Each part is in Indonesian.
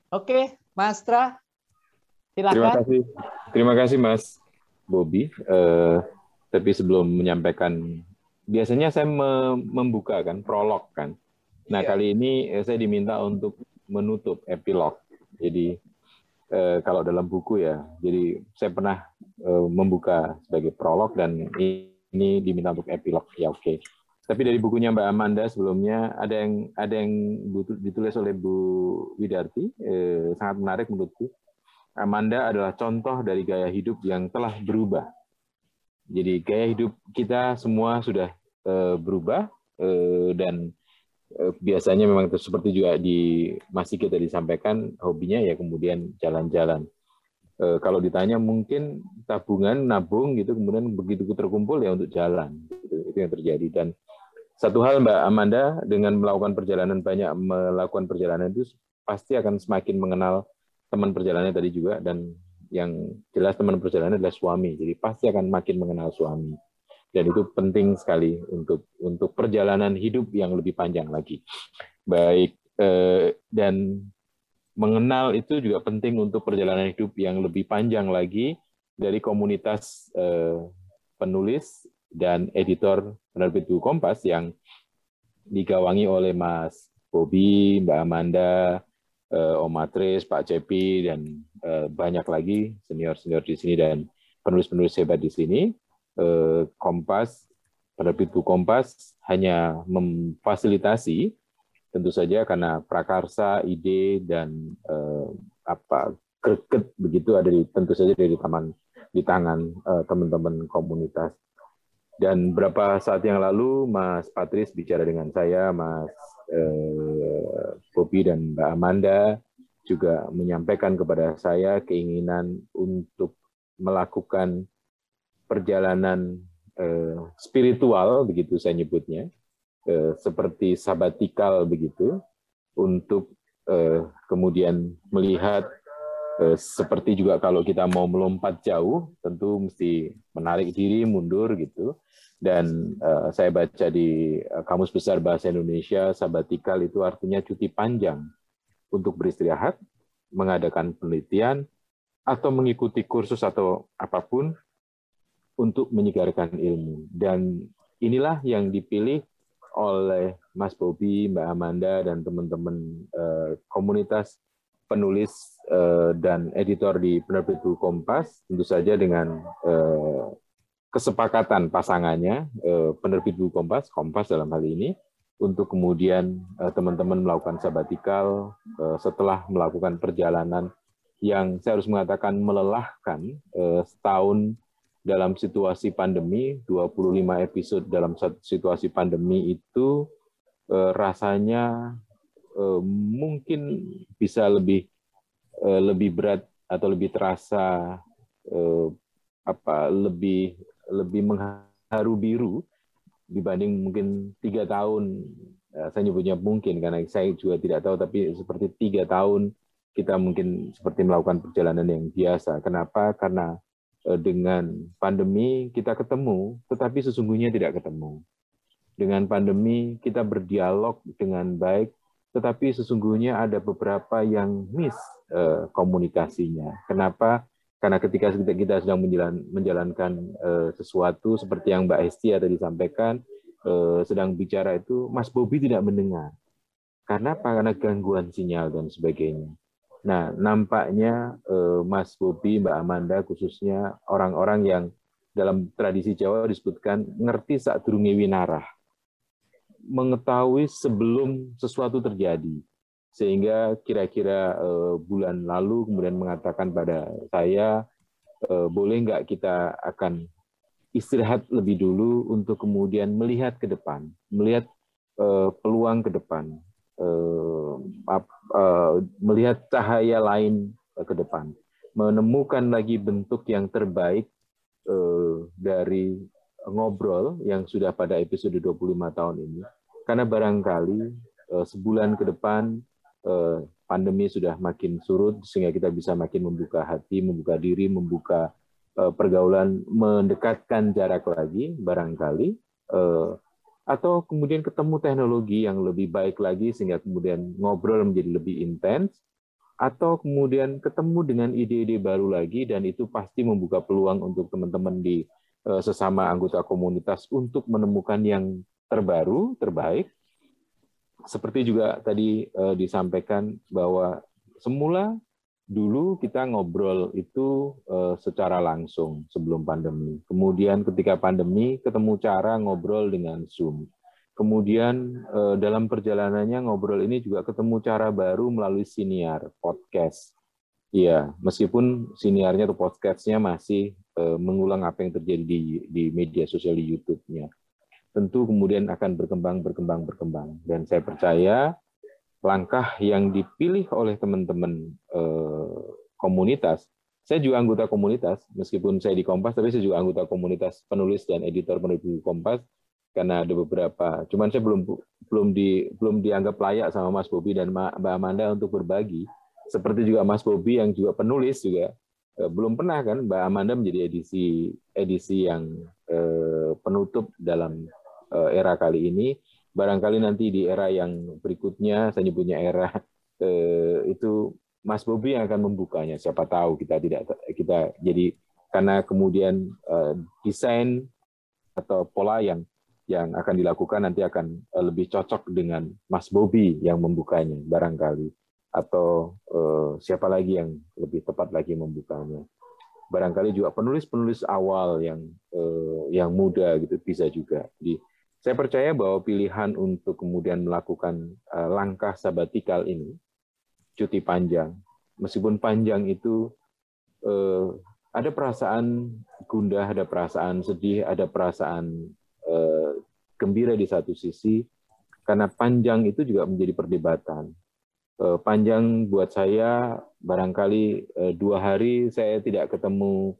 Oke, Mas Tra, Terima silakan. kasih, terima kasih Mas Bobby. Tapi sebelum menyampaikan, biasanya saya membuka kan, prolog kan. Nah Iya. kali ini saya diminta untuk menutup epilog. Jadi kalau dalam buku ya, jadi saya pernah membuka sebagai prolog dan ini diminta untuk epilog. Ya oke. Tapi dari bukunya Mbak Amanda sebelumnya ada yang ditulis oleh Bu Widarti, sangat menarik menurutku. Amanda adalah contoh dari gaya hidup yang telah berubah. Jadi gaya hidup kita semua sudah berubah dan biasanya memang seperti juga masih kita disampaikan hobinya ya kemudian jalan-jalan. Kalau ditanya mungkin tabungan, nabung gitu, kemudian begitu terkumpul ya untuk jalan. Itu yang terjadi. Dan satu hal Mbak Amanda dengan melakukan perjalanan itu pasti akan semakin mengenal teman perjalanannya tadi juga dan yang jelas teman perjalanan adalah suami. Jadi pasti akan makin mengenal suami. Dan itu penting sekali untuk perjalanan hidup yang lebih panjang lagi. Baik dan mengenal itu juga penting untuk perjalanan hidup yang lebih panjang lagi dari komunitas penulis dan editor penerbit buku Kompas yang digawangi oleh Mas Bobi, Mbak Amanda, Om Matris, Pak Cepi, dan banyak lagi senior-senior di sini dan penulis-penulis hebat di sini. Kompas, penerbit buku Kompas hanya memfasilitasi tentu saja karena prakarsa, ide dan greget begitu ada tentu saja di tangan teman-teman komunitas. Dan beberapa saat yang lalu Mas Patris bicara dengan saya, Mas Bobi dan Mbak Amanda juga menyampaikan kepada saya keinginan untuk melakukan perjalanan spiritual begitu saya nyebutnya, seperti sabatikal begitu untuk kemudian melihat seperti juga kalau kita mau melompat jauh tentu mesti menarik diri mundur gitu dan saya baca di Kamus Besar Bahasa Indonesia sabatikal itu artinya cuti panjang untuk beristirahat, mengadakan penelitian atau mengikuti kursus atau apapun untuk menyegarkan ilmu. Dan inilah yang dipilih oleh Mas Bobi, Mbak Amanda, dan teman-teman komunitas penulis dan editor di penerbit buku Kompas, tentu saja dengan kesepakatan pasangannya, penerbit buku Kompas, Kompas dalam hal ini, untuk kemudian teman-teman melakukan sabatikal setelah melakukan perjalanan yang saya harus mengatakan melelahkan setahun dalam situasi pandemi, 25 episode dalam situasi pandemi itu rasanya mungkin bisa lebih berat atau lebih terasa lebih mengharu biru dibanding mungkin 3 tahun. Saya nyebutnya mungkin karena saya juga tidak tahu, tapi seperti 3 tahun kita mungkin seperti melakukan perjalanan yang biasa. Kenapa? Karena dengan pandemi kita ketemu, tetapi sesungguhnya tidak ketemu. Dengan pandemi kita berdialog dengan baik, tetapi sesungguhnya ada beberapa yang miss komunikasinya. Kenapa? Karena ketika kita sedang menjalankan sesuatu seperti yang Mbak Hestia tadi sampaikan, sedang bicara itu, Mas Bobi tidak mendengar. Karena apa? Karena gangguan sinyal dan sebagainya. Nah, nampaknya Mas Bobi, Mbak Amanda, khususnya orang-orang yang dalam tradisi Jawa disebutkan ngerti saat durunge winarah, mengetahui sebelum sesuatu terjadi. Sehingga kira-kira bulan lalu kemudian mengatakan pada saya, boleh nggak kita akan istirahat lebih dulu untuk kemudian melihat ke depan, melihat peluang ke depan, melihat cahaya lain ke depan, menemukan lagi bentuk yang terbaik dari ngobrol yang sudah pada episode 25 tahun ini. Karena barangkali sebulan ke depan pandemi sudah makin surut sehingga kita bisa makin membuka hati, membuka diri, membuka pergaulan, mendekatkan jarak lagi barangkali, atau kemudian ketemu teknologi yang lebih baik lagi sehingga kemudian ngobrol menjadi lebih intens, atau kemudian ketemu dengan ide-ide baru lagi, dan itu pasti membuka peluang untuk teman-teman di sesama anggota komunitas untuk menemukan yang terbaru, terbaik. Seperti juga tadi disampaikan bahwa semula dulu kita ngobrol itu secara langsung sebelum pandemi. Kemudian ketika pandemi ketemu cara ngobrol dengan Zoom. Kemudian dalam perjalanannya ngobrol ini juga ketemu cara baru melalui siniar, podcast. Iya, meskipun siniarnya atau podcastnya masih mengulang apa yang terjadi di media sosial di YouTube-nya. Tentu kemudian akan berkembang. Dan saya percaya langkah yang dipilih oleh teman-teman komunitas, saya juga anggota komunitas, meskipun saya di Kompas, tapi saya juga anggota komunitas penulis dan editor penulis Kompas, karena ada beberapa, cuman saya belum dianggap layak sama Mas Bobi dan Mbak Amanda untuk berbagi. Seperti juga Mas Bobi yang juga penulis juga belum pernah kan Mbak Amanda menjadi edisi yang penutup dalam era kali ini. Barangkali nanti di era yang berikutnya, saya nyebutnya era itu Mas Bobi yang akan membukanya. Siapa tahu kita jadi, karena kemudian desain atau pola yang akan dilakukan nanti akan lebih cocok dengan Mas Bobi yang membukanya barangkali, atau siapa lagi yang lebih tepat lagi membukanya. Barangkali juga penulis-penulis awal yang muda gitu bisa juga. Saya percaya bahwa pilihan untuk kemudian melakukan langkah sabatikal ini, cuti panjang, meskipun panjang itu ada perasaan gundah, ada perasaan sedih, ada perasaan gembira di satu sisi, karena panjang itu juga menjadi perdebatan. Panjang buat saya, barangkali 2 hari saya tidak ketemu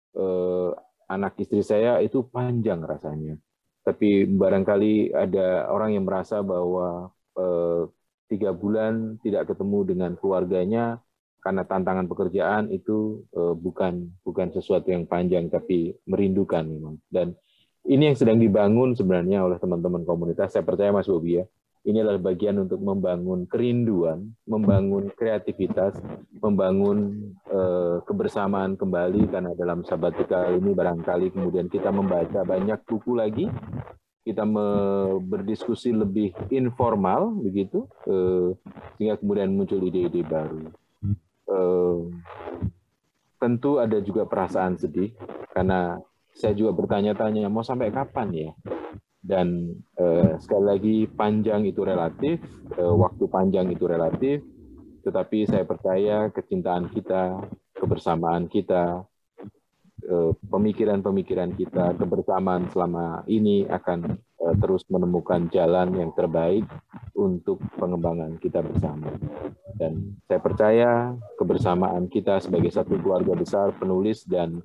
anak istri saya, itu panjang rasanya. Tapi barangkali ada orang yang merasa bahwa 3 bulan tidak ketemu dengan keluarganya karena tantangan pekerjaan itu bukan sesuatu yang panjang, tapi merindukan memang. Dan ini yang sedang dibangun sebenarnya oleh teman-teman komunitas. Saya percaya Mas Bobi ya, ini adalah bagian untuk membangun kerinduan, membangun kreativitas, membangun kebersamaan kembali, karena dalam sabatikal ini barangkali kemudian kita membaca banyak buku lagi, kita berdiskusi lebih informal begitu, sehingga kemudian muncul ide-ide baru. Tentu ada juga perasaan sedih, karena saya juga bertanya-tanya mau sampai kapan ya. Dan sekali lagi panjang itu relatif, waktu panjang itu relatif, tetapi saya percaya kecintaan kita, kebersamaan kita, pemikiran-pemikiran kita, kebersamaan selama ini akan terus menemukan jalan yang terbaik untuk pengembangan kita bersama. Dan saya percaya kebersamaan kita sebagai satu keluarga besar penulis dan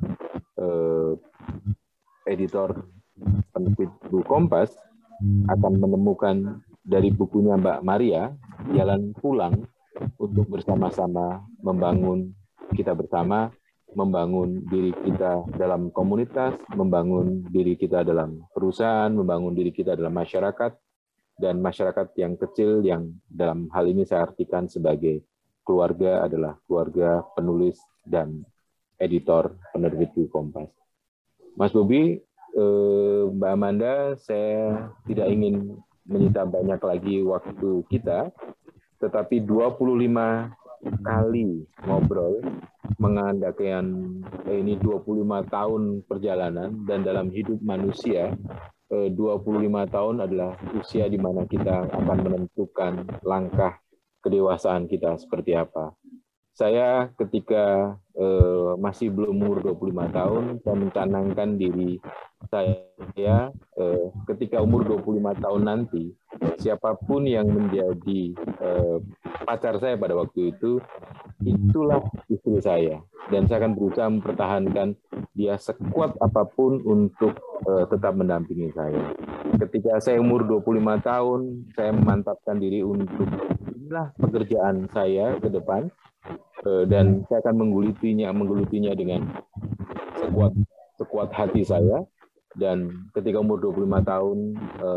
editor penerbit buku Kompas akan menemukan dari bukunya Mbak Maria, Jalan Pulang, untuk bersama-sama membangun kita bersama, membangun diri kita dalam komunitas, membangun diri kita dalam perusahaan, membangun diri kita dalam masyarakat, dan masyarakat yang kecil yang dalam hal ini saya artikan sebagai keluarga adalah keluarga penulis dan editor penerbit buku Kompas. Mas Bobi, Mbak Amanda, saya tidak ingin menyita banyak lagi waktu kita, tetapi 25 kali ngobrol mengandalkan ini 25 tahun perjalanan, dan dalam hidup manusia 25 tahun adalah usia di mana kita akan menentukan langkah kedewasaan kita seperti apa. Saya ketika masih belum umur 25 tahun, saya mencanangkan diri saya ketika umur 25 tahun nanti, siapapun yang menjadi pacar saya pada waktu itu, itulah istri saya. Dan saya akan berusaha mempertahankan dia sekuat apapun untuk tetap mendampingi saya. Ketika saya umur 25 tahun, saya memantapkan diri untuk inilah pekerjaan saya ke depan, dan saya akan menggelutinya dengan sekuat hati saya. Dan ketika umur 25 tahun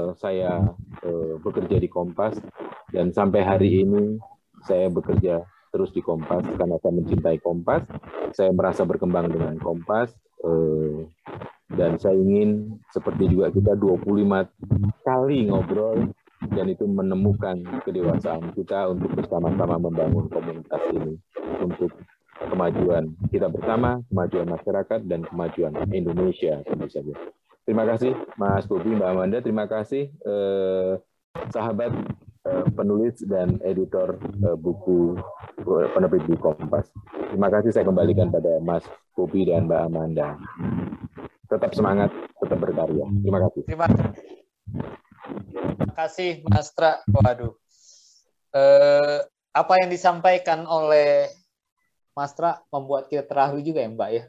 saya bekerja di Kompas, dan sampai hari ini saya bekerja terus di Kompas karena saya mencintai Kompas. Saya merasa berkembang dengan Kompas. Dan saya ingin seperti juga kita 25 kali ngobrol dan itu menemukan kedewasaan kita untuk bersama-sama membangun komunitas ini untuk kemajuan kita bersama, kemajuan masyarakat dan kemajuan Indonesia tentu saja. Terima kasih Mas Bobi, Mbak Amanda, terima kasih sahabat penulis dan editor buku penerbit buku Kompas. Terima kasih, saya kembalikan pada Mas Bobi dan Mbak Amanda. Tetap semangat, tetap berkarya. Terima kasih. Terima kasih, Mas Tra. Waduh, apa yang disampaikan oleh Mas Tra membuat kita terharu juga ya, Mbak ya.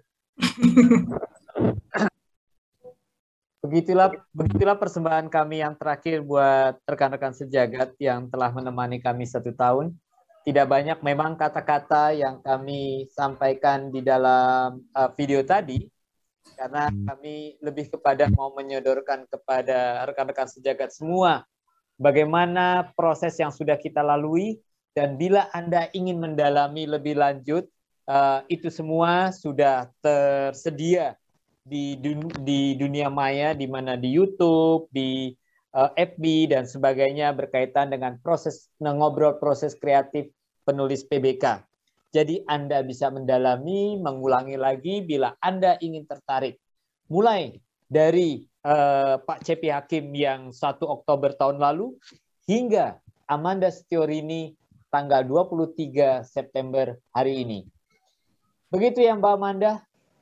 Begitulah persembahan kami yang terakhir buat rekan-rekan sejagat yang telah menemani kami 1 tahun. Tidak banyak memang kata-kata yang kami sampaikan di dalam video tadi, karena kami lebih kepada mau menyodorkan kepada rekan-rekan sejagat semua bagaimana proses yang sudah kita lalui, dan bila Anda ingin mendalami lebih lanjut, itu semua sudah tersedia di dunia maya, di mana di YouTube, di FB dan sebagainya berkaitan dengan proses ngobrol proses kreatif penulis PBK. Jadi Anda bisa mendalami, mengulangi lagi bila Anda ingin tertarik. Mulai dari Pak Cepi Hakim yang 1 Oktober tahun lalu hingga Amanda Setiorini tanggal 23 September hari ini. Begitu ya Mbak Amanda?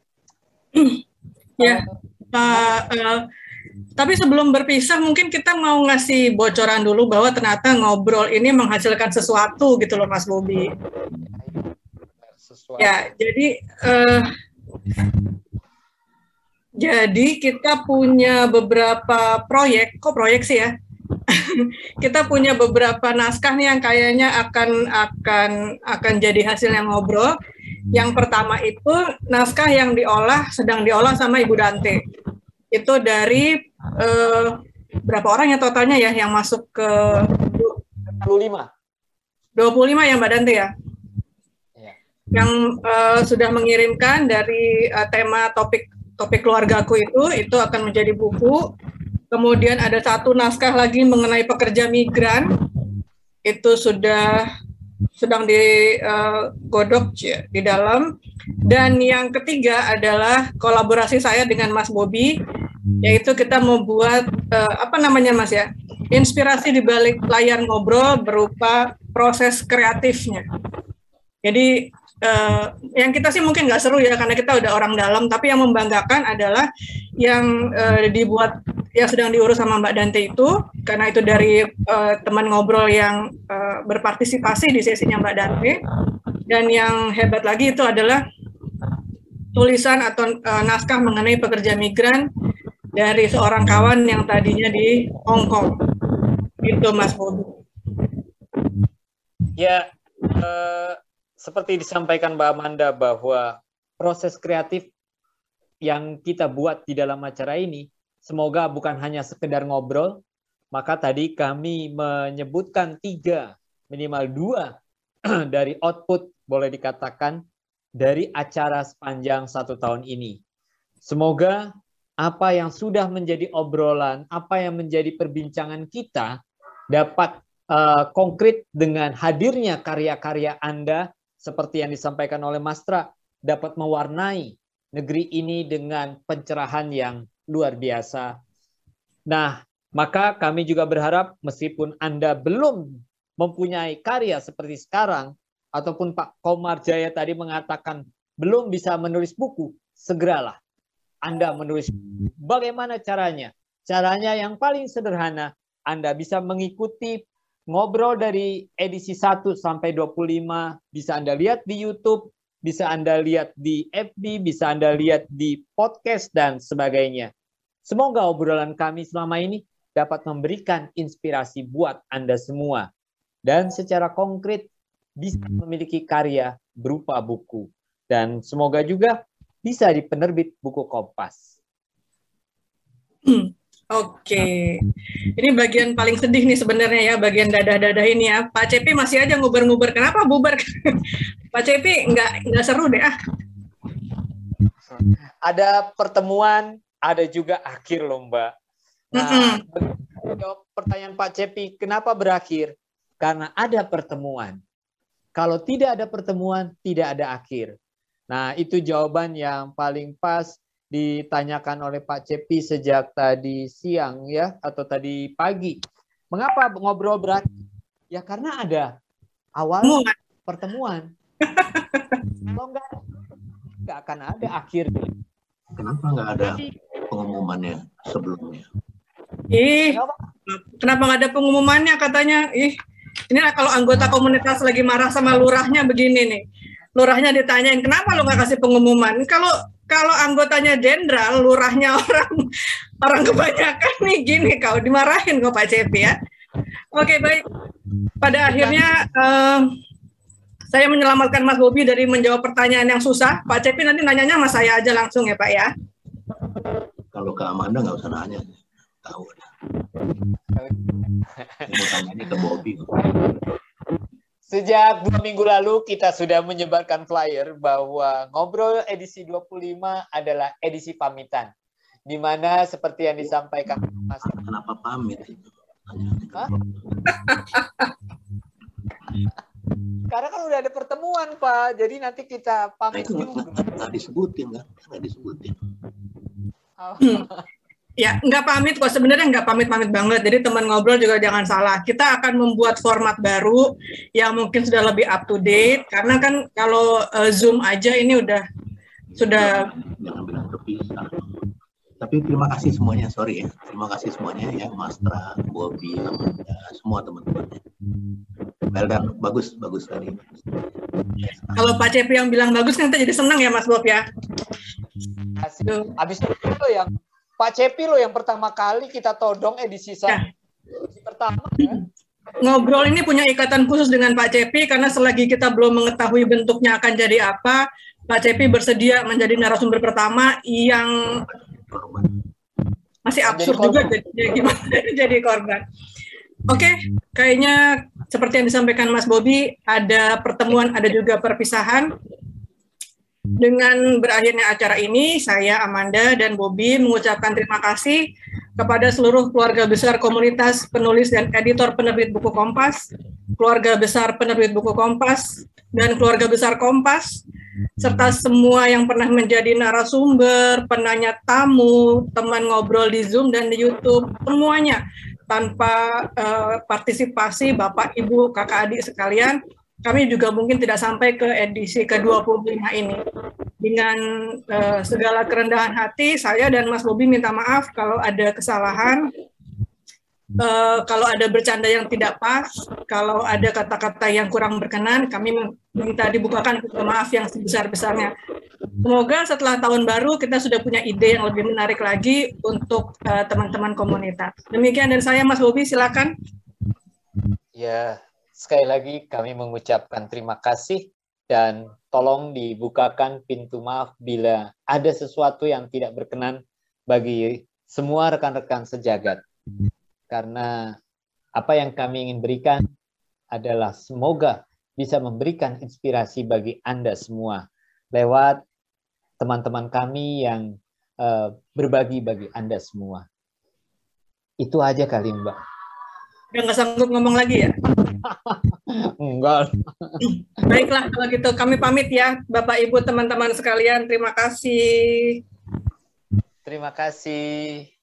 Ya, tapi sebelum berpisah mungkin kita mau ngasih bocoran dulu bahwa ternyata ngobrol ini menghasilkan sesuatu gitu loh Mas Bobi. Ya, jadi kita punya beberapa proyek, kok proyek sih ya? Kita punya beberapa naskah nih yang kayaknya akan jadi hasil yang ngobrol. Yang pertama itu naskah yang sedang diolah sama Ibu Dante. Itu dari berapa orang ya totalnya ya yang masuk ke 25 ya Mbak Dante ya? Yang sudah mengirimkan dari tema topik keluargaku itu akan menjadi buku. Kemudian ada 1 naskah lagi mengenai pekerja migran, itu sedang digodok di dalam. Dan yang ketiga adalah kolaborasi saya dengan Mas Bobi, yaitu kita membuat Mas ya, inspirasi di balik layar ngobrol berupa proses kreatifnya. Jadi yang kita sih mungkin nggak seru ya karena kita udah orang dalam, tapi yang membanggakan adalah yang dibuat yang sedang diurus sama Mbak Dante itu, karena itu dari teman ngobrol yang berpartisipasi di sesinya Mbak Dante. Dan yang hebat lagi itu adalah tulisan atau naskah mengenai pekerja migran dari seorang kawan yang tadinya di Hong Kong. Itu Mas Bobi. Ya, seperti disampaikan Mbak Amanda bahwa proses kreatif yang kita buat di dalam acara ini semoga bukan hanya sekedar ngobrol. Maka tadi kami menyebutkan 3, minimal 2 dari output boleh dikatakan dari acara sepanjang 1 tahun ini. Semoga apa yang sudah menjadi obrolan, apa yang menjadi perbincangan kita dapat konkret dengan hadirnya karya-karya Anda seperti yang disampaikan oleh Mas Tra, dapat mewarnai negeri ini dengan pencerahan yang luar biasa. Nah, maka kami juga berharap meskipun Anda belum mempunyai karya seperti sekarang, ataupun Pak Komar Jaya tadi mengatakan belum bisa menulis buku, segeralah Anda menulis buku. Bagaimana caranya? Caranya yang paling sederhana, Anda bisa mengikuti ngobrol dari edisi 1 sampai 25, bisa Anda lihat di YouTube, bisa Anda lihat di FB, bisa Anda lihat di podcast, dan sebagainya. Semoga obrolan kami selama ini dapat memberikan inspirasi buat Anda semua. Dan secara konkret bisa memiliki karya berupa buku. Dan semoga juga bisa di penerbit buku Kompas. Oke, ini bagian paling sedih nih sebenarnya ya, bagian dadah-dadah ini ya. Pak Cepi masih aja ngubar-ngubar. Kenapa bubar? Pak Cepi nggak seru deh ah. Ada pertemuan, ada juga akhir loh Mbak. Nah, pertanyaan Pak Cepi, kenapa berakhir? Karena ada pertemuan. Kalau tidak ada pertemuan, tidak ada akhir. Nah, itu jawaban yang paling pas ditanyakan oleh Pak Cepi sejak tadi siang ya, atau tadi pagi. Mengapa ngobrol berakhir? Ya karena ada awal pertemuan. Kalau nggak akan ada akhirnya. Kenapa nggak ada pengumumannya sebelumnya? Kenapa nggak ada pengumumannya katanya? Inilah kalau anggota komunitas lagi marah sama lurahnya begini nih. Lurahnya ditanyain, kenapa lo nggak kasih pengumuman? Kalau anggotanya jenderal, lurahnya orang kebanyakan nih gini, kau dimarahin kok Pak Cepi ya. Oke, baik. Pada akhirnya saya menyelamatkan Mas Bobi dari menjawab pertanyaan yang susah. Pak Cepi nanti nanyanya sama saya aja langsung ya Pak ya. Kalau ke Amanda nggak usah nanya, tahu. Saya mau tanya ini ke Bobi. Sejak 2 minggu lalu kita sudah menyebarkan flyer bahwa Ngobrol edisi 25 adalah edisi pamitan. Di mana seperti yang disampaikan Mas. Kenapa pamit itu? Karena kan udah ada pertemuan Pak, jadi nanti kita pamit juga. Nggak disebutin kan? Nggak disebutin. Ya, nggak pamit kok. Sebenarnya nggak pamit-pamit banget. Jadi teman ngobrol juga jangan salah. Kita akan membuat format baru yang mungkin sudah lebih up to date. Karena kan kalau Zoom aja ini sudah. Jangan bilang terpisah. Tapi terima kasih semuanya. Sorry ya. Terima kasih semuanya ya, Mas Tra, Bobi, Amanda, semua teman-temannya. Well, bagus tadi. Kalau Pak Cepi yang bilang bagus, nanti jadi senang ya Mas Bob ya. Habis itu yang Pak Cepi loh yang pertama kali kita todong edisi pertama ya. Ngobrol ini punya ikatan khusus dengan Pak Cepi karena selagi kita belum mengetahui bentuknya akan jadi apa, Pak Cepi bersedia menjadi narasumber pertama yang masih absurd juga gimana jadi korban. Oke, kayaknya seperti yang disampaikan Mas Bobi, ada pertemuan, ada juga perpisahan. Dengan berakhirnya acara ini, saya, Amanda, dan Bobi mengucapkan terima kasih kepada seluruh keluarga besar komunitas penulis dan editor penerbit buku Kompas, keluarga besar penerbit buku Kompas, dan keluarga besar Kompas, serta semua yang pernah menjadi narasumber, penanya tamu, teman ngobrol di Zoom dan di YouTube, semuanya. Tanpa partisipasi Bapak, Ibu, Kakak, Adik sekalian, kami juga mungkin tidak sampai ke edisi ke-25 ini. Dengan segala kerendahan hati, saya dan Mas Bobi minta maaf kalau ada kesalahan, kalau ada bercanda yang tidak pas, kalau ada kata-kata yang kurang berkenan, kami minta dibukakan pintu maaf yang sebesar-besarnya. Semoga setelah tahun baru kita sudah punya ide yang lebih menarik lagi untuk teman-teman komunitas. Demikian dari saya, Mas Bobi, silakan. Ya, sekali lagi kami mengucapkan terima kasih dan tolong dibukakan pintu maaf bila ada sesuatu yang tidak berkenan bagi semua rekan-rekan sejagat. Karena apa yang kami ingin berikan adalah semoga bisa memberikan inspirasi bagi Anda semua lewat teman-teman kami yang berbagi bagi Anda semua. Itu aja kali Mbak. Udah nggak sanggup ngomong lagi ya? Enggak. Baiklah kalau gitu kami pamit ya Bapak Ibu teman-teman sekalian. Terima kasih. Terima kasih.